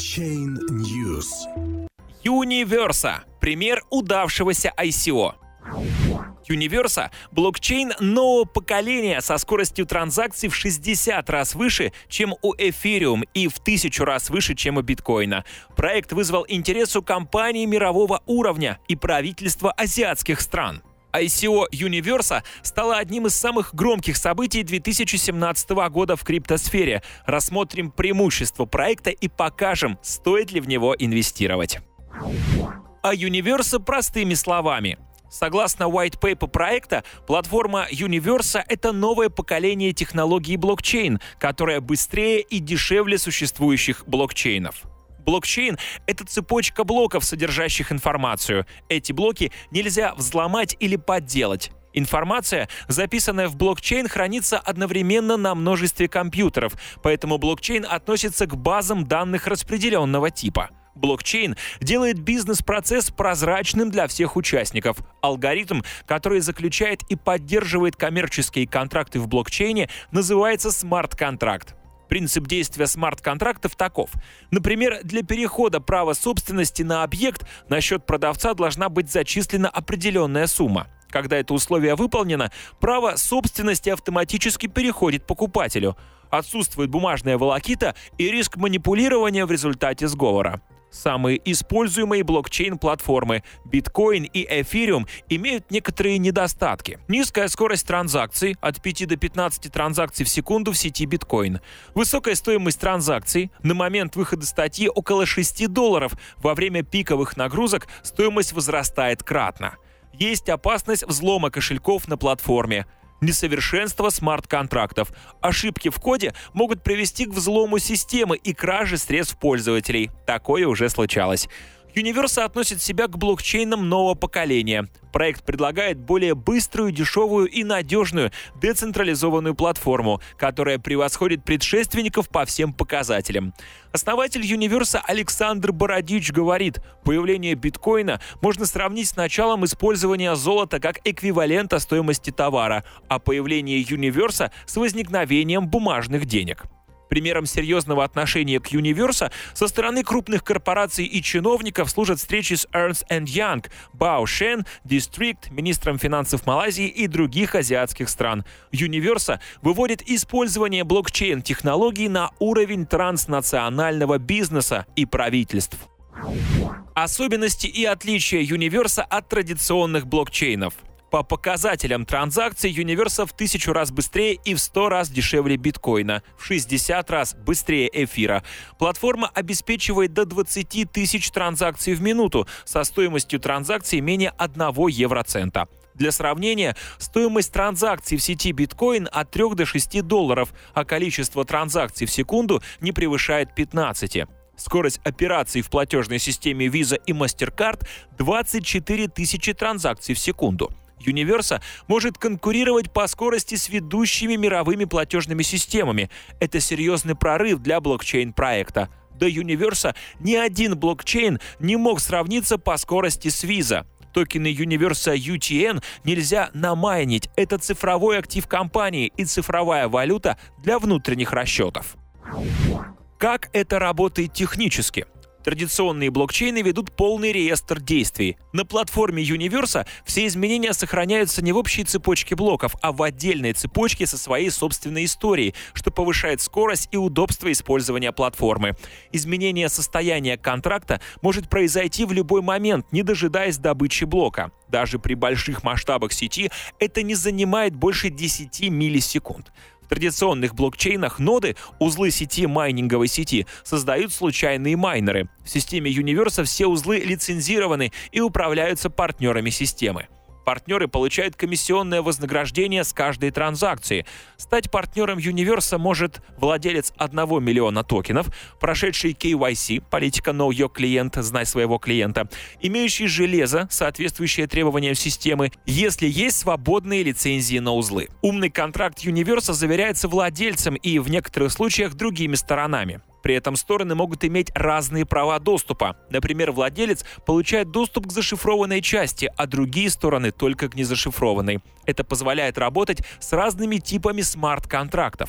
Blockchain News. Universa – пример удавшегося ICO. Universa – блокчейн нового поколения со скоростью транзакций в 60 раз выше, чем у Ethereum, и в 1000 раз выше, чем у биткоина. Проект вызвал интерес у компаний мирового уровня и правительства азиатских стран. ICO Universa стало одним из самых громких событий 2017 года в криптосфере. Рассмотрим преимущества проекта и покажем, стоит ли в него инвестировать. А Universa простыми словами. Согласно white paper проекта, платформа Universa — это новое поколение технологий блокчейн, которая быстрее и дешевле существующих блокчейнов. Блокчейн — это цепочка блоков, содержащих информацию. Эти блоки нельзя взломать или подделать. Информация, записанная в блокчейн, хранится одновременно на множестве компьютеров, поэтому блокчейн относится к базам данных распределенного типа. Блокчейн делает бизнес-процесс прозрачным для всех участников. Алгоритм, который заключает и поддерживает коммерческие контракты в блокчейне, называется смарт-контракт. Принцип действия смарт-контрактов таков. Например, для перехода права собственности на объект на счет продавца должна быть зачислена определенная сумма. Когда это условие выполнено, право собственности автоматически переходит покупателю. Отсутствует бумажная волокита и риск манипулирования в результате сговора. Самые используемые блокчейн-платформы биткоин и Ethereum имеют некоторые недостатки. Низкая скорость транзакций от 5 до 15 транзакций в секунду в сети биткоин. Высокая стоимость транзакций. На момент выхода статьи около $6. Во время пиковых нагрузок стоимость возрастает кратно. Есть опасность взлома кошельков на платформе. Несовершенство смарт-контрактов. Ошибки в коде могут привести к взлому системы и краже средств пользователей. Такое уже случалось. Universa относит себя к блокчейнам нового поколения. Проект предлагает более быструю, дешевую и надежную децентрализованную платформу, которая превосходит предшественников по всем показателям. Основатель Universa Александр Бородич говорит, появление биткоина можно сравнить с началом использования золота как эквивалента стоимости товара, а появление Universa с возникновением бумажных денег. Примером серьезного отношения к Universa со стороны крупных корпораций и чиновников служат встречи с Ernst & Young, Bao Shen, District, министром финансов Малайзии и других азиатских стран. Universa выводит использование блокчейн-технологий на уровень транснационального бизнеса и правительств. Особенности и отличия Universa от традиционных блокчейнов. По показателям транзакций Universa в 1000 раз быстрее и в 100 раз дешевле биткоина, в 60 раз быстрее эфира. Платформа обеспечивает до 20 тысяч транзакций в минуту со стоимостью транзакций менее 1 евроцента. Для сравнения, стоимость транзакций в сети биткоин от 3 до $6, а количество транзакций в секунду не превышает 15. Скорость операций в платежной системе Visa и MasterCard – 24 тысячи транзакций в секунду. Universa может конкурировать по скорости с ведущими мировыми платежными системами. Это серьезный прорыв для блокчейн-проекта. До Universa ни один блокчейн не мог сравниться по скорости с Visa. Токены Universa UTN нельзя намайнить. Это цифровой актив компании и цифровая валюта для внутренних расчетов. Как это работает технически? Традиционные блокчейны ведут полный реестр действий. На платформе Universa все изменения сохраняются не в общей цепочке блоков, а в отдельной цепочке со своей собственной историей, что повышает скорость и удобство использования платформы. Изменение состояния контракта может произойти в любой момент, не дожидаясь добычи блока. Даже при больших масштабах сети это не занимает больше 10 миллисекунд. В традиционных блокчейнах ноды, узлы сети майнинговой сети, создают случайные майнеры. В системе Universa все узлы лицензированы и управляются партнерами системы. Партнеры получают комиссионное вознаграждение с каждой транзакции. Стать партнером Universa может владелец 1 миллиона токенов, прошедший KYC, политика Know Your Client, знай своего клиента, имеющий железо, соответствующее требованиям системы, если есть свободные лицензии на узлы. Умный контракт Universa заверяется владельцем и в некоторых случаях другими сторонами. При этом стороны могут иметь разные права доступа. Например, владелец получает доступ к зашифрованной части, а другие стороны только к незашифрованной. Это позволяет работать с разными типами смарт-контрактов.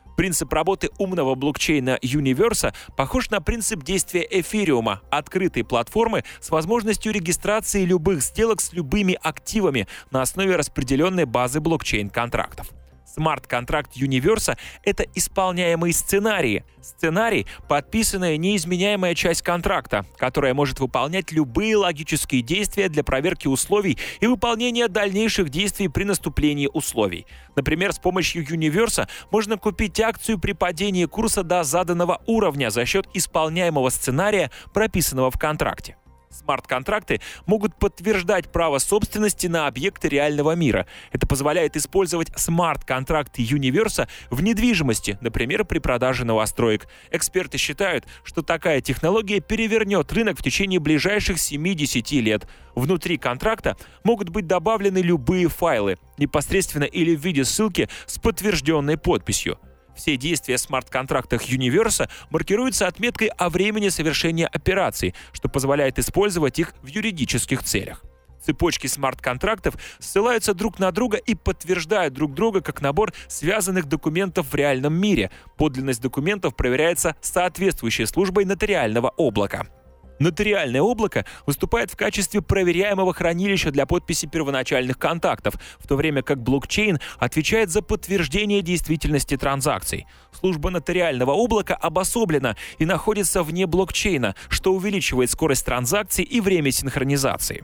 Принцип работы умного блокчейна Universa похож на принцип действия эфириума, открытой платформы с возможностью регистрации любых сделок с любыми активами на основе распределенной базы блокчейн-контрактов. Смарт-контракт Universa — это исполняемые сценарии. Сценарий — подписанная неизменяемая часть контракта, которая может выполнять любые логические действия для проверки условий и выполнения дальнейших действий при наступлении условий. Например, с помощью Universa можно купить акцию при падении курса до заданного уровня за счет исполняемого сценария, прописанного в контракте. Смарт-контракты могут подтверждать право собственности на объекты реального мира. Это позволяет использовать смарт-контракты Universa в недвижимости, например, при продаже новостроек. Эксперты считают, что такая технология перевернет рынок в течение ближайших 7-10 лет. Внутри контракта могут быть добавлены любые файлы, непосредственно или в виде ссылки с подтвержденной подписью. Все действия в смарт-контрактах Universa маркируются отметкой о времени совершения операций, что позволяет использовать их в юридических целях. Цепочки смарт-контрактов ссылаются друг на друга и подтверждают друг друга как набор связанных документов в реальном мире. Подлинность документов проверяется соответствующей службой нотариального облака. Нотариальное облако выступает в качестве проверяемого хранилища для подписи первоначальных контактов, в то время как блокчейн отвечает за подтверждение действительности транзакций. Служба нотариального облака обособлена и находится вне блокчейна, что увеличивает скорость транзакций и время синхронизации.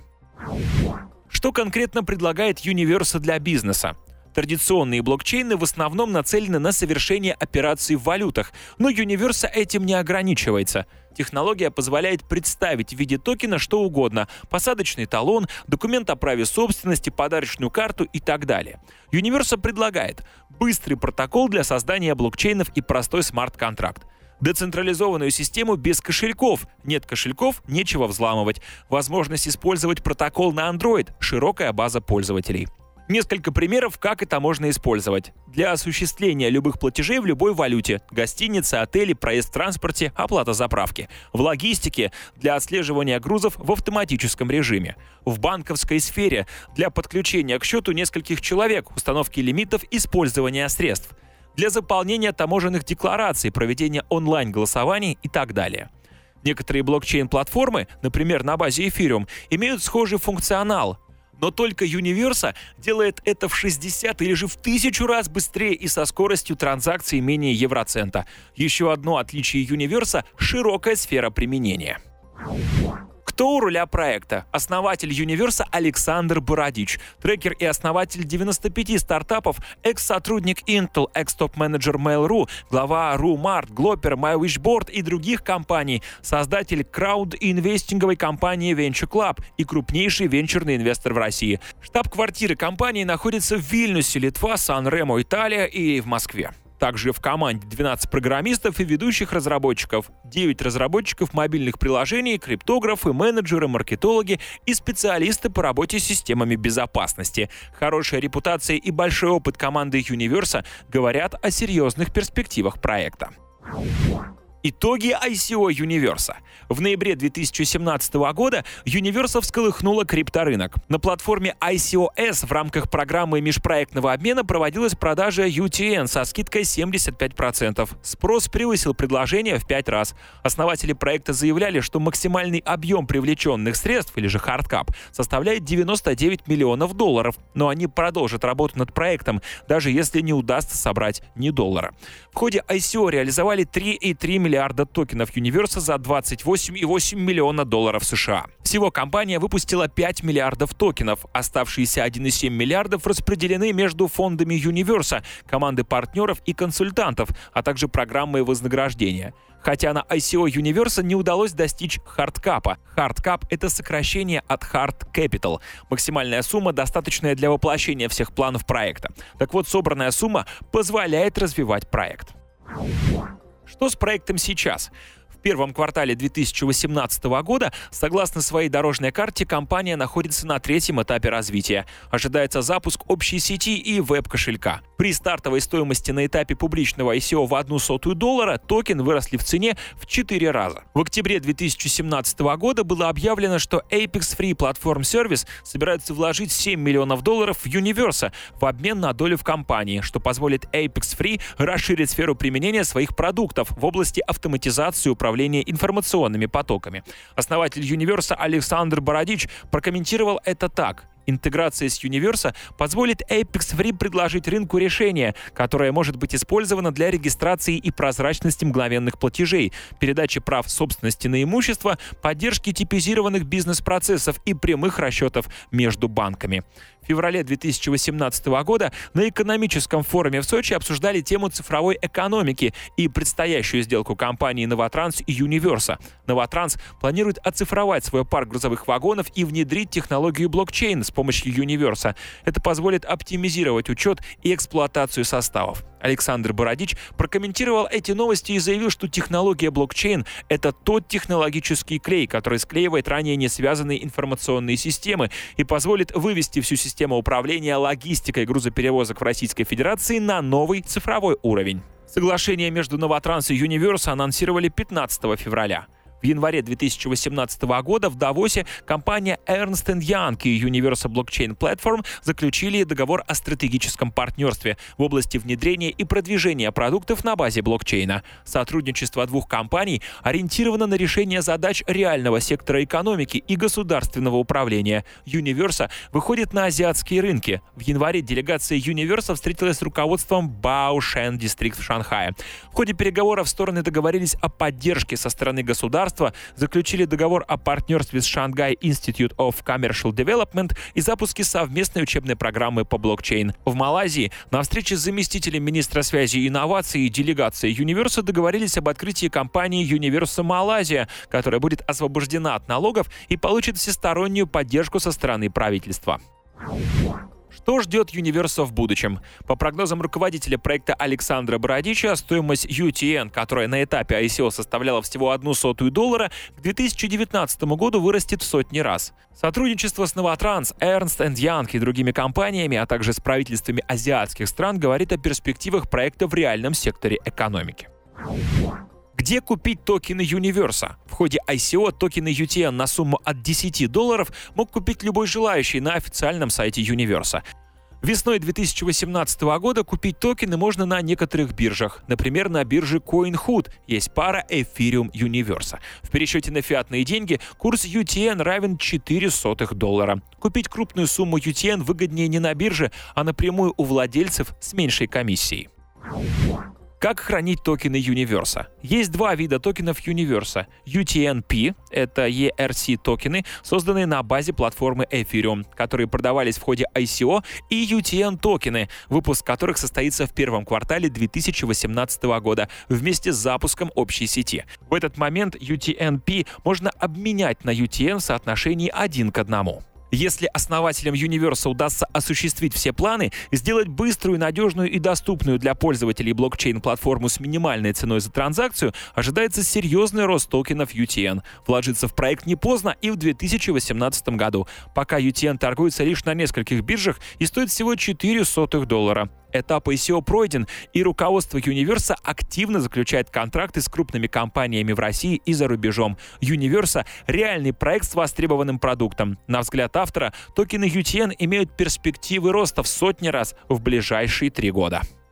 Что конкретно предлагает Universa для бизнеса? Традиционные блокчейны в основном нацелены на совершение операций в валютах, но Universa этим не ограничивается. Технология позволяет представить в виде токена что угодно – посадочный талон, документ о праве собственности, подарочную карту и так далее. Universa предлагает быстрый протокол для создания блокчейнов и простой смарт-контракт. Децентрализованную систему без кошельков. Нет кошельков – нечего взламывать. Возможность использовать протокол на Android – широкая база пользователей. Несколько примеров, как это можно использовать. Для осуществления любых платежей в любой валюте – гостиницы, отели, проезд в транспорте, оплата заправки. В логистике – для отслеживания грузов в автоматическом режиме. В банковской сфере – для подключения к счету нескольких человек, установки лимитов, использования средств. Для заполнения таможенных деклараций, проведения онлайн-голосований и так далее. Некоторые блокчейн-платформы, например, на базе Ethereum, имеют схожий функционал. Но только Universa делает это в 60 или же в 1000 раз быстрее и со скоростью транзакций менее евроцента. Еще одно отличие Universa – широкая сфера применения. Кто у руля проекта? Основатель Universa Александр Бородич, трекер и основатель 95 стартапов, экс-сотрудник Intel, экс-топ-менеджер Mail.ru, глава RuMart, Glopper, MyWishboard и других компаний, создатель крауд-инвестинговой компании Venture Club и крупнейший венчурный инвестор в России. Штаб-квартира компании находится в Вильнюсе, Литва, Сан-Ремо, Италия и в Москве. Также в команде 12 программистов и ведущих разработчиков, 9 разработчиков мобильных приложений, криптографы, менеджеры, маркетологи и специалисты по работе с системами безопасности. Хорошая репутация и большой опыт команды Universa говорят о серьезных перспективах проекта. Итоги ICO Universa. В ноябре 2017 года Universa всколыхнула крипторынок. На платформе ICOS в рамках программы межпроектного обмена проводилась продажа UTN со скидкой 75%. Спрос превысил предложение в 5 раз. Основатели проекта заявляли, что максимальный объем привлеченных средств, или же хардкап, составляет $99 миллионов, но они продолжат работу над проектом, даже если не удастся собрать ни доллара. В ходе ICO реализовали 3,3 миллиарда токенов Universa за $28,8 миллиона США. Всего компания выпустила 5 миллиардов токенов. Оставшиеся 1,7 миллиардов распределены между фондами Universa, команды партнеров и консультантов, а также программой вознаграждения. Хотя на ICO Universa не удалось достичь хардкапа. Хардкап — это сокращение от Hard Capital. Максимальная сумма, достаточная для воплощения всех планов проекта. Так вот, собранная сумма позволяет развивать проект. Что с проектом сейчас? В первом квартале 2018 года, согласно своей дорожной карте, компания находится на третьем этапе развития. Ожидается запуск общей сети и веб-кошелька. При стартовой стоимости на этапе публичного ICO в $0,01 токен выросли в цене в 4 раза. В октябре 2017 года было объявлено, что Apex Free Platform Service собирается вложить $7 миллионов в Universa в обмен на долю в компании, что позволит Apex Free расширить сферу применения своих продуктов в области автоматизации управления информационными потоками. Основатель Universa Александр Бородич прокомментировал это так. Интеграция с Universa позволит Apex Free предложить рынку решение, которое может быть использовано для регистрации и прозрачности мгновенных платежей, передачи прав собственности на имущество, поддержки типизированных бизнес-процессов и прямых расчетов между банками. В феврале 2018 года на экономическом форуме в Сочи обсуждали тему цифровой экономики и предстоящую сделку компании «Новотранс» и Universa. «Новотранс» планирует оцифровать свой парк грузовых вагонов и внедрить технологию блокчейн с помощью Universa. Это позволит оптимизировать учет и эксплуатацию составов. Александр Бородич прокомментировал эти новости и заявил, что технология блокчейн — это тот технологический клей, который склеивает ранее не связанные информационные системы и позволит вывести всю систему управления логистикой грузоперевозок в Российской Федерации на новый цифровой уровень. Соглашение между Новотранс и Universa анонсировали 15 февраля. В январе 2018 года в Давосе компания Ernst & Young и Universa Blockchain Platform заключили договор о стратегическом партнерстве в области внедрения и продвижения продуктов на базе блокчейна. Сотрудничество двух компаний ориентировано на решение задач реального сектора экономики и государственного управления. Universa выходит на азиатские рынки. В январе делегация Universa встретилась с руководством Baoshan District в Шанхае. В ходе переговоров стороны договорились о поддержке со стороны государства, заключили договор о партнерстве с Shanghai Institute of Commercial Development и запуске совместной учебной программы по блокчейн. В Малайзии на встрече с заместителем министра связи и инноваций и делегацией Universa договорились об открытии компании Universa Малайзия, которая будет освобождена от налогов и получит всестороннюю поддержку со стороны правительства. Что ждет Universa в будущем? По прогнозам руководителя проекта Александра Бородича, стоимость UTN, которая на этапе ICO составляла всего $0,01, к 2019 году вырастет в сотни раз. Сотрудничество с Новотранс, Ernst & Young и другими компаниями, а также с правительствами азиатских стран говорит о перспективах проекта в реальном секторе экономики. Где купить токены Universa? В ходе ICO токены UTN на сумму от $10 мог купить любой желающий на официальном сайте Universa. Весной 2018 года купить токены можно на некоторых биржах. Например, на бирже CoinHood есть пара Ethereum Universa. В пересчете на фиатные деньги курс UTN равен $0,04. Купить крупную сумму UTN выгоднее не на бирже, а напрямую у владельцев с меньшей комиссией. Как хранить токены Universa? Есть два вида токенов Universa. UTNP — это ERC токены, созданные на базе платформы Ethereum, которые продавались в ходе ICO, и UTN токены, выпуск которых состоится в первом квартале 2018 года вместе с запуском общей сети. В этот момент UTNP можно обменять на UTN в соотношении 1:1. Если основателям Universa удастся осуществить все планы, сделать быструю, надежную и доступную для пользователей блокчейн-платформу с минимальной ценой за транзакцию, ожидается серьезный рост токенов UTN. Вложиться в проект не поздно и в 2018 году. Пока UTN торгуется лишь на нескольких биржах и стоит всего $0,04. Этап ICO пройден, и руководство Universa активно заключает контракты с крупными компаниями в России и за рубежом. Universa — реальный проект с востребованным продуктом. На взгляд автора, токены UTN имеют перспективы роста в сотни раз в ближайшие 3 года.